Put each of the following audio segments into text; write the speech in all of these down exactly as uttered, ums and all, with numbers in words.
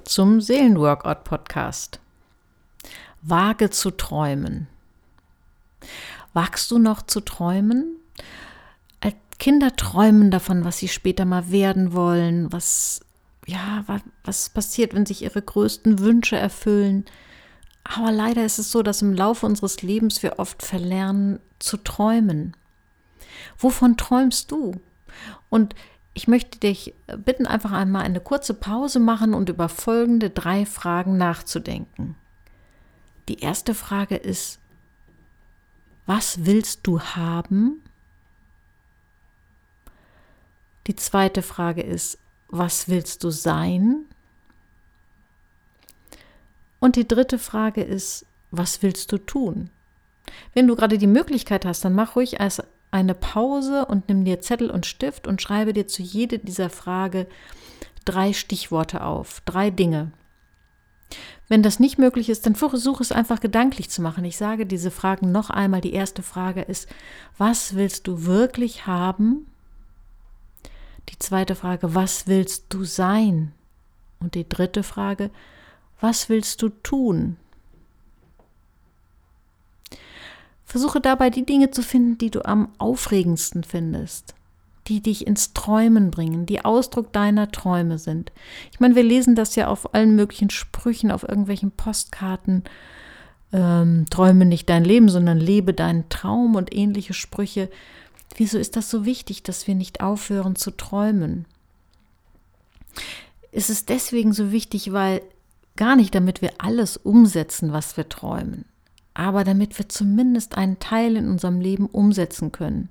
zum Seelenworkout-Podcast. Wage zu träumen. Wagst du noch zu träumen? Als Kinder träumen davon, was sie später mal werden wollen, was, ja, was, was passiert, wenn sich ihre größten Wünsche erfüllen. Aber leider ist es so, dass im Laufe unseres Lebens wir oft verlernen zu träumen. Wovon träumst du? Und ich möchte dich bitten, einfach einmal eine kurze Pause machen und über folgende drei Fragen nachzudenken. Die erste Frage ist: Was willst du haben? Die zweite Frage ist: Was willst du sein? Und die dritte Frage ist: Was willst du tun? Wenn du gerade die Möglichkeit hast, dann mach ruhig als eine Pause und nimm dir Zettel und Stift und schreibe dir zu jeder dieser Frage drei Stichworte auf, drei Dinge. Wenn das nicht möglich ist, dann versuche es einfach gedanklich zu machen. Ich sage diese Fragen noch einmal. Die erste Frage ist: Was willst du wirklich haben? Die zweite Frage: Was willst du sein? Und die dritte Frage: Was willst du tun? Versuche dabei, die Dinge zu finden, die du am aufregendsten findest, die dich ins Träumen bringen, die Ausdruck deiner Träume sind. Ich meine, wir lesen das ja auf allen möglichen Sprüchen, auf irgendwelchen Postkarten. Ähm, träume nicht dein Leben, sondern lebe deinen Traum und ähnliche Sprüche. Wieso ist das so wichtig, dass wir nicht aufhören zu träumen? Es ist deswegen so wichtig, weil gar nicht, damit wir alles umsetzen, was wir träumen, aber damit wir zumindest einen Teil in unserem Leben umsetzen können.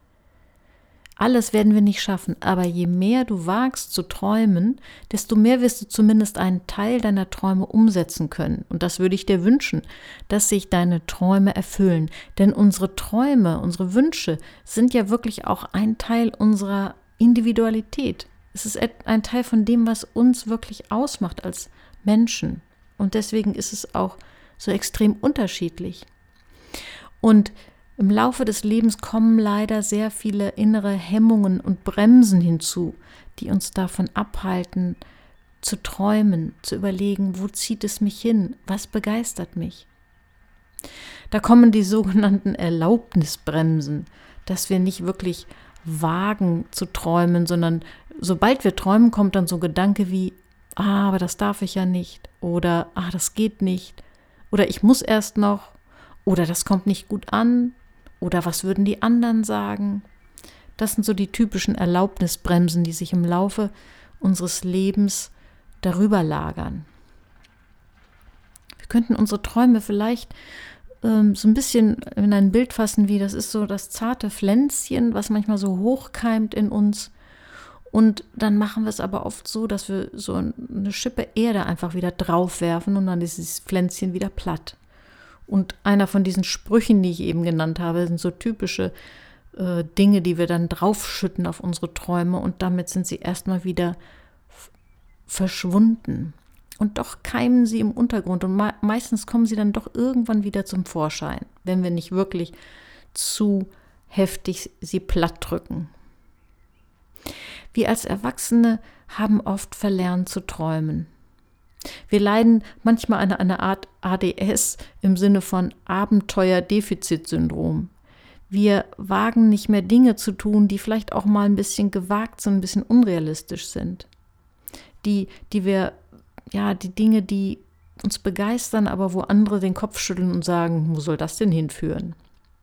Alles werden wir nicht schaffen, aber je mehr du wagst zu träumen, desto mehr wirst du zumindest einen Teil deiner Träume umsetzen können. Und das würde ich dir wünschen, dass sich deine Träume erfüllen. Denn unsere Träume, unsere Wünsche sind ja wirklich auch ein Teil unserer Individualität. Es ist ein Teil von dem, was uns wirklich ausmacht als Menschen. Und deswegen ist es auch so extrem unterschiedlich. Und im Laufe des Lebens kommen leider sehr viele innere Hemmungen und Bremsen hinzu, die uns davon abhalten, zu träumen, zu überlegen, wo zieht es mich hin, was begeistert mich. Da kommen die sogenannten Erlaubnisbremsen, dass wir nicht wirklich wagen zu träumen, sondern sobald wir träumen, kommt dann so ein Gedanke wie: Ah, aber das darf ich ja nicht, oder ah, das geht nicht, oder ich muss erst noch, oder das kommt nicht gut an, oder was würden die anderen sagen? Das sind so die typischen Erlaubnisbremsen, die sich im Laufe unseres Lebens darüber lagern. Wir könnten unsere Träume vielleicht ähm, so ein bisschen in ein Bild fassen, wie das ist so das zarte Pflänzchen, was manchmal so hochkeimt in uns. Und dann machen wir es aber oft so, dass wir so eine Schippe Erde einfach wieder draufwerfen und dann ist dieses Pflänzchen wieder platt. Und einer von diesen Sprüchen, die ich eben genannt habe, sind so typische äh, Dinge, die wir dann draufschütten auf unsere Träume und damit sind sie erstmal wieder f- verschwunden. Und doch keimen sie im Untergrund und me- meistens kommen sie dann doch irgendwann wieder zum Vorschein, wenn wir nicht wirklich zu heftig sie platt drücken. Wir als Erwachsene haben oft verlernt zu träumen. Wir leiden manchmal an einer Art A D S im Sinne von Abenteuerdefizitsyndrom. Wir wagen nicht mehr Dinge zu tun, die vielleicht auch mal ein bisschen gewagt sind, ein bisschen unrealistisch sind. Die, die wir, ja, die Dinge, die uns begeistern, aber wo andere den Kopf schütteln und sagen: Wo soll das denn hinführen?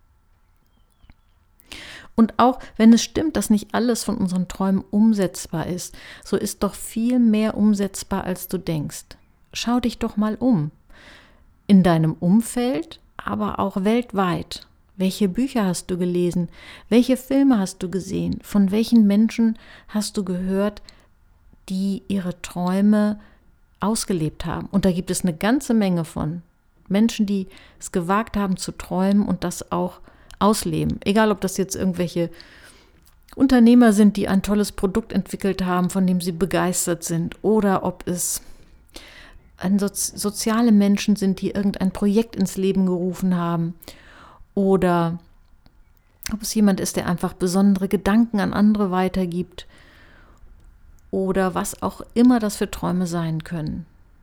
Und auch wenn es stimmt, dass nicht alles von unseren Träumen umsetzbar ist, so ist doch viel mehr umsetzbar, als du denkst. Schau dich doch mal um. In deinem Umfeld, aber auch weltweit. Welche Bücher hast du gelesen? Welche Filme hast du gesehen? Von welchen Menschen hast du gehört, die ihre Träume ausgelebt haben? Und da gibt es eine ganze Menge von Menschen, die es gewagt haben zu träumen und das auch ausleben. Egal, ob das jetzt irgendwelche Unternehmer sind, die ein tolles Produkt entwickelt haben, von dem sie begeistert sind, oder ob es ein Sozi- soziale Menschen sind, die irgendein Projekt ins Leben gerufen haben, oder ob es jemand ist, der einfach besondere Gedanken an andere weitergibt, oder was auch immer das für Träume sein können.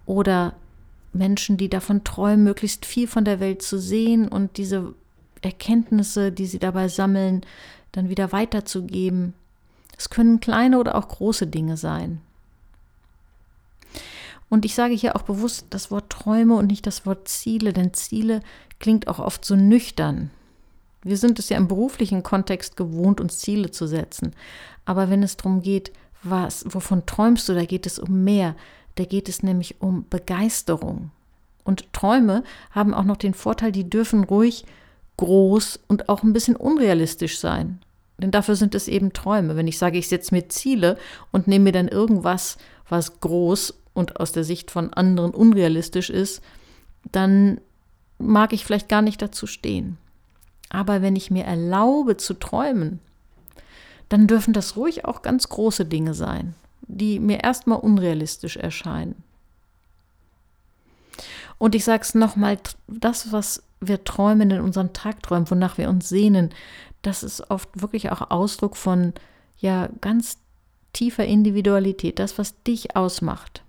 Oder Menschen, die davon träumen, möglichst viel von der Welt zu sehen und diese Erkenntnisse, die sie dabei sammeln, dann wieder weiterzugeben. Es können kleine oder auch große Dinge sein. Und ich sage hier auch bewusst das Wort Träume und nicht das Wort Ziele, denn Ziele klingt auch oft so nüchtern. Wir sind es ja im beruflichen Kontext gewohnt, uns Ziele zu setzen. Aber wenn es darum geht, was, wovon träumst du, da geht es um mehr. Da geht es nämlich um Begeisterung. Und Träume haben auch noch den Vorteil, die dürfen ruhig groß und auch ein bisschen unrealistisch sein. Denn dafür sind es eben Träume. Wenn ich sage, ich setze mir Ziele und nehme mir dann irgendwas, was groß und aus der Sicht von anderen unrealistisch ist, dann mag ich vielleicht gar nicht dazu stehen. Aber wenn ich mir erlaube zu träumen, dann dürfen das ruhig auch ganz große Dinge sein, die mir erstmal unrealistisch erscheinen. Und ich sage es nochmal, das, was wir träumen in unseren Tagträumen, wonach wir uns sehnen, das ist oft wirklich auch Ausdruck von ja ganz tiefer Individualität, das, was dich ausmacht.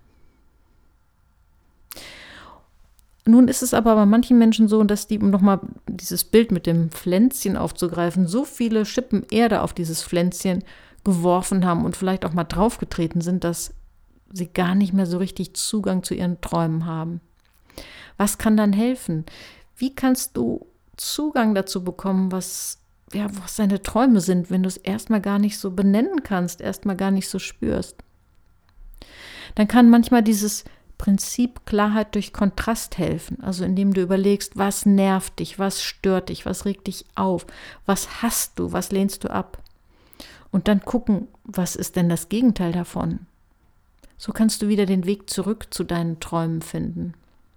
Nun ist es aber bei manchen Menschen so, dass die, um nochmal dieses Bild mit dem Pflänzchen aufzugreifen, so viele Schippen Erde auf dieses Pflänzchen geworfen haben und vielleicht auch mal draufgetreten sind, dass sie gar nicht mehr so richtig Zugang zu ihren Träumen haben. Was kann dann helfen? Wie kannst du Zugang dazu bekommen, was, ja, was deine Träume sind, wenn du es erstmal gar nicht so benennen kannst, erstmal gar nicht so spürst? Dann kann manchmal dieses Prinzip Klarheit durch Kontrast helfen, also indem du überlegst, was nervt dich, was stört dich, was regt dich auf, was hasst du, was lehnst du ab? Und dann gucken, was ist denn das Gegenteil davon? So kannst du wieder den Weg zurück zu deinen Träumen finden.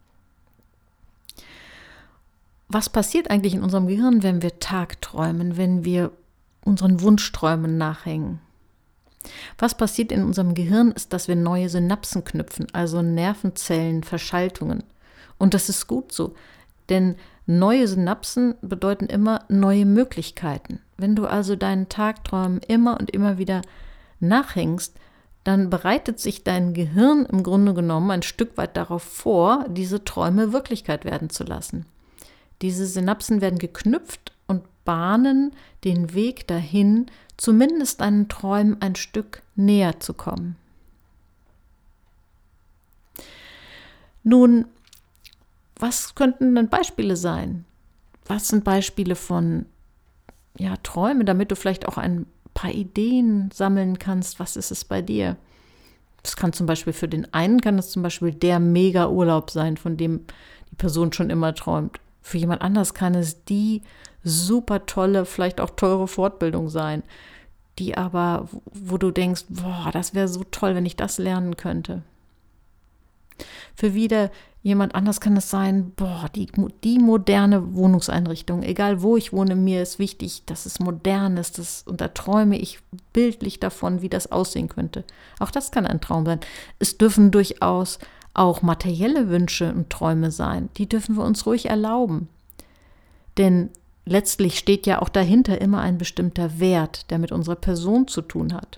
Was passiert eigentlich in unserem Gehirn, wenn wir tagträumen, wenn wir unseren Wunschträumen nachhängen? Was passiert in unserem Gehirn, ist, dass wir neue Synapsen knüpfen, also Nervenzellen, Verschaltungen. Und das ist gut so, denn neue Synapsen bedeuten immer neue Möglichkeiten. Wenn du also deinen Tagträumen immer und immer wieder nachhängst, dann bereitet sich dein Gehirn im Grunde genommen ein Stück weit darauf vor, diese Träume Wirklichkeit werden zu lassen. Diese Synapsen werden geknüpft und bahnen den Weg dahin, zumindest deinen Träumen ein Stück näher zu kommen. Nun, was könnten denn Beispiele sein? Was sind Beispiele von ja, Träumen, damit du vielleicht auch ein paar Ideen sammeln kannst? Was ist es bei dir? Das kann zum Beispiel für den einen kann es zum Beispiel der Mega-Urlaub sein, von dem die Person schon immer träumt. Für jemand anders kann es die super tolle, vielleicht auch teure Fortbildung sein, die aber, wo du denkst, boah, das wäre so toll, wenn ich das lernen könnte. Für wieder jemand anders kann es sein, boah, die, die moderne Wohnungseinrichtung, egal wo ich wohne, mir ist wichtig, dass es modern ist, das, und da träume ich bildlich davon, wie das aussehen könnte. Auch das kann ein Traum sein. Es dürfen durchaus auch materielle Wünsche und Träume sein, die dürfen wir uns ruhig erlauben. Denn letztlich steht ja auch dahinter immer ein bestimmter Wert, der mit unserer Person zu tun hat.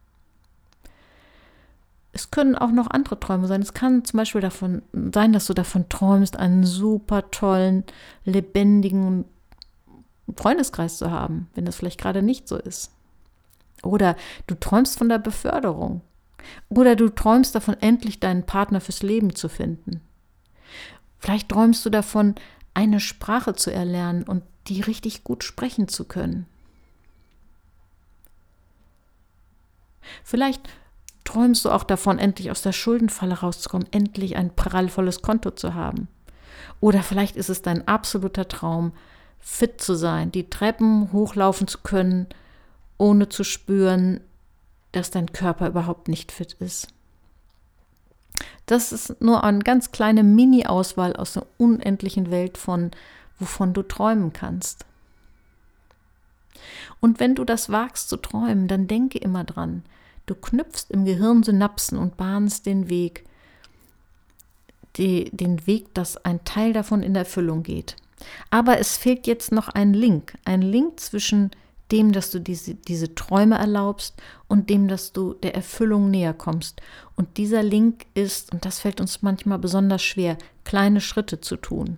Es können auch noch andere Träume sein. Es kann zum Beispiel davon sein, dass du davon träumst, einen super tollen, lebendigen Freundeskreis zu haben, wenn das vielleicht gerade nicht so ist. Oder du träumst von der Beförderung. Oder du träumst davon, endlich deinen Partner fürs Leben zu finden. Vielleicht träumst du davon, eine Sprache zu erlernen und die richtig gut sprechen zu können. Vielleicht träumst du auch davon, endlich aus der Schuldenfalle rauszukommen, endlich ein prallvolles Konto zu haben. Oder vielleicht ist es dein absoluter Traum, fit zu sein, die Treppen hochlaufen zu können, ohne zu spüren, dass dein Körper überhaupt nicht fit ist. Das ist nur eine ganz kleine Mini-Auswahl aus der unendlichen Welt von, wovon du träumen kannst. Und wenn du das wagst zu träumen, dann denke immer dran, du knüpfst im Gehirn Synapsen und bahnst den Weg, die, den Weg, dass ein Teil davon in Erfüllung geht. Aber es fehlt jetzt noch ein Link, ein Link zwischen dem, dass du diese, diese Träume erlaubst und dem, dass du der Erfüllung näher kommst. Und dieser Link ist, und das fällt uns manchmal besonders schwer, kleine Schritte zu tun.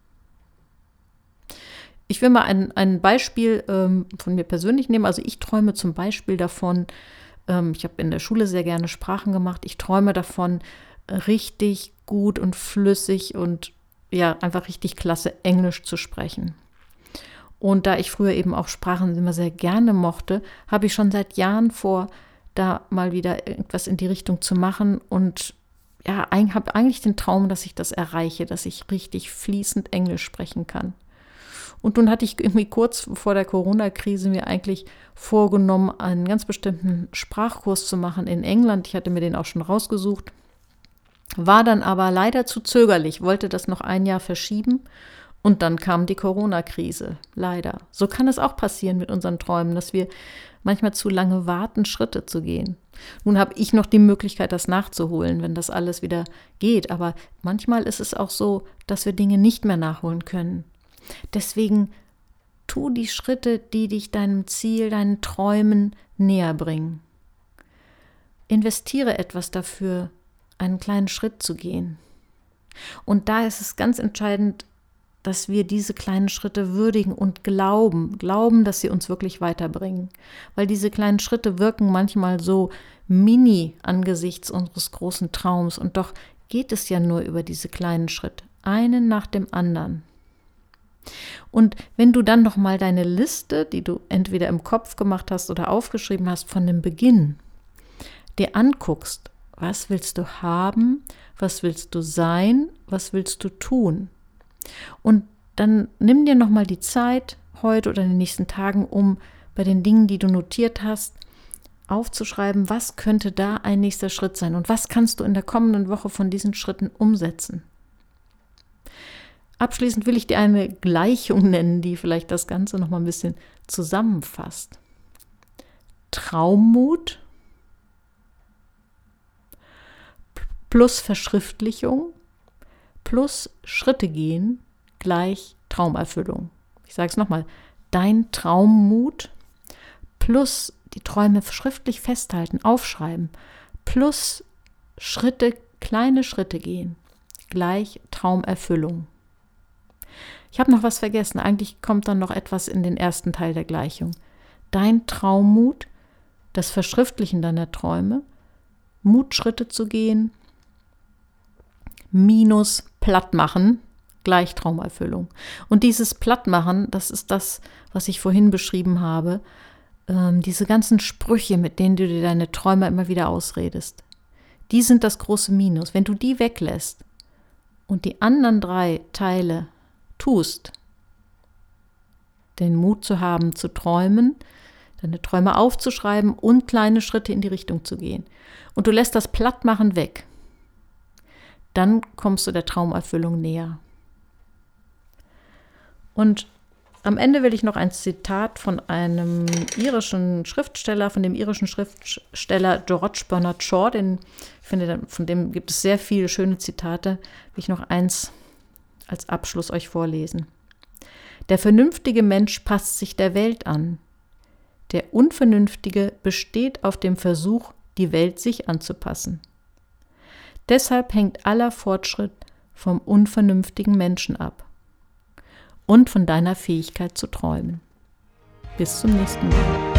Ich will mal ein, ein Beispiel ähm, von mir persönlich nehmen. Also ich träume zum Beispiel davon, ähm, ich habe in der Schule sehr gerne Sprachen gemacht, ich träume davon, richtig gut und flüssig und ja, einfach richtig klasse Englisch zu sprechen. Und da ich früher eben auch Sprachen immer sehr gerne mochte, habe ich schon seit Jahren vor, da mal wieder irgendwas in die Richtung zu machen und ja, habe eigentlich den Traum, dass ich das erreiche, dass ich richtig fließend Englisch sprechen kann. Und nun hatte ich irgendwie kurz vor der Corona-Krise mir eigentlich vorgenommen, einen ganz bestimmten Sprachkurs zu machen in England. Ich hatte mir den auch schon rausgesucht, war dann aber leider zu zögerlich, wollte das noch ein Jahr verschieben. Und dann kam die Corona-Krise, leider. So kann es auch passieren mit unseren Träumen, dass wir manchmal zu lange warten, Schritte zu gehen. Nun habe ich noch die Möglichkeit, das nachzuholen, wenn das alles wieder geht. Aber manchmal ist es auch so, dass wir Dinge nicht mehr nachholen können. Deswegen tu die Schritte, die dich deinem Ziel, deinen Träumen näher bringen. Investiere etwas dafür, einen kleinen Schritt zu gehen. Und da ist es ganz entscheidend, dass wir diese kleinen Schritte würdigen und glauben, glauben, dass sie uns wirklich weiterbringen. Weil diese kleinen Schritte wirken manchmal so mini angesichts unseres großen Traums. Und doch geht es ja nur über diese kleinen Schritte, einen nach dem anderen. Und wenn du dann nochmal deine Liste, die du entweder im Kopf gemacht hast oder aufgeschrieben hast, von dem Beginn, dir anguckst, was willst du haben, was willst du sein, was willst du tun? Und dann nimm dir nochmal die Zeit, heute oder in den nächsten Tagen, um bei den Dingen, die du notiert hast, aufzuschreiben, was könnte da ein nächster Schritt sein und was kannst du in der kommenden Woche von diesen Schritten umsetzen. Abschließend will ich dir eine Gleichung nennen, die vielleicht das Ganze nochmal ein bisschen zusammenfasst. Traummut plus Verschriftlichung plus Schritte gehen gleich Traumerfüllung. Ich sage es nochmal, dein Traummut plus die Träume schriftlich festhalten, aufschreiben, plus Schritte, kleine Schritte gehen, gleich Traumerfüllung. Ich habe noch was vergessen, eigentlich kommt dann noch etwas in den ersten Teil der Gleichung. Dein Traummut, das Verschriftlichen deiner Träume, Mut, Schritte zu gehen, minus Plattmachen, gleich Traumerfüllung. Und dieses Plattmachen, das ist das, was ich vorhin beschrieben habe, ähm, diese ganzen Sprüche, mit denen du dir deine Träume immer wieder ausredest, die sind das große Minus. Wenn du die weglässt und die anderen drei Teile tust, den Mut zu haben, zu träumen, deine Träume aufzuschreiben und kleine Schritte in die Richtung zu gehen, und du lässt das Plattmachen weg, dann kommst du der Traumerfüllung näher. Und am Ende will ich noch ein Zitat von einem irischen Schriftsteller, von dem irischen Schriftsteller George Bernard Shaw, den, ich finde, von dem gibt es sehr viele schöne Zitate, will ich noch eins als Abschluss euch vorlesen. Der vernünftige Mensch passt sich der Welt an. Der Unvernünftige besteht auf dem Versuch, die Welt sich anzupassen. Deshalb hängt aller Fortschritt vom unvernünftigen Menschen ab und von deiner Fähigkeit zu träumen. Bis zum nächsten Mal.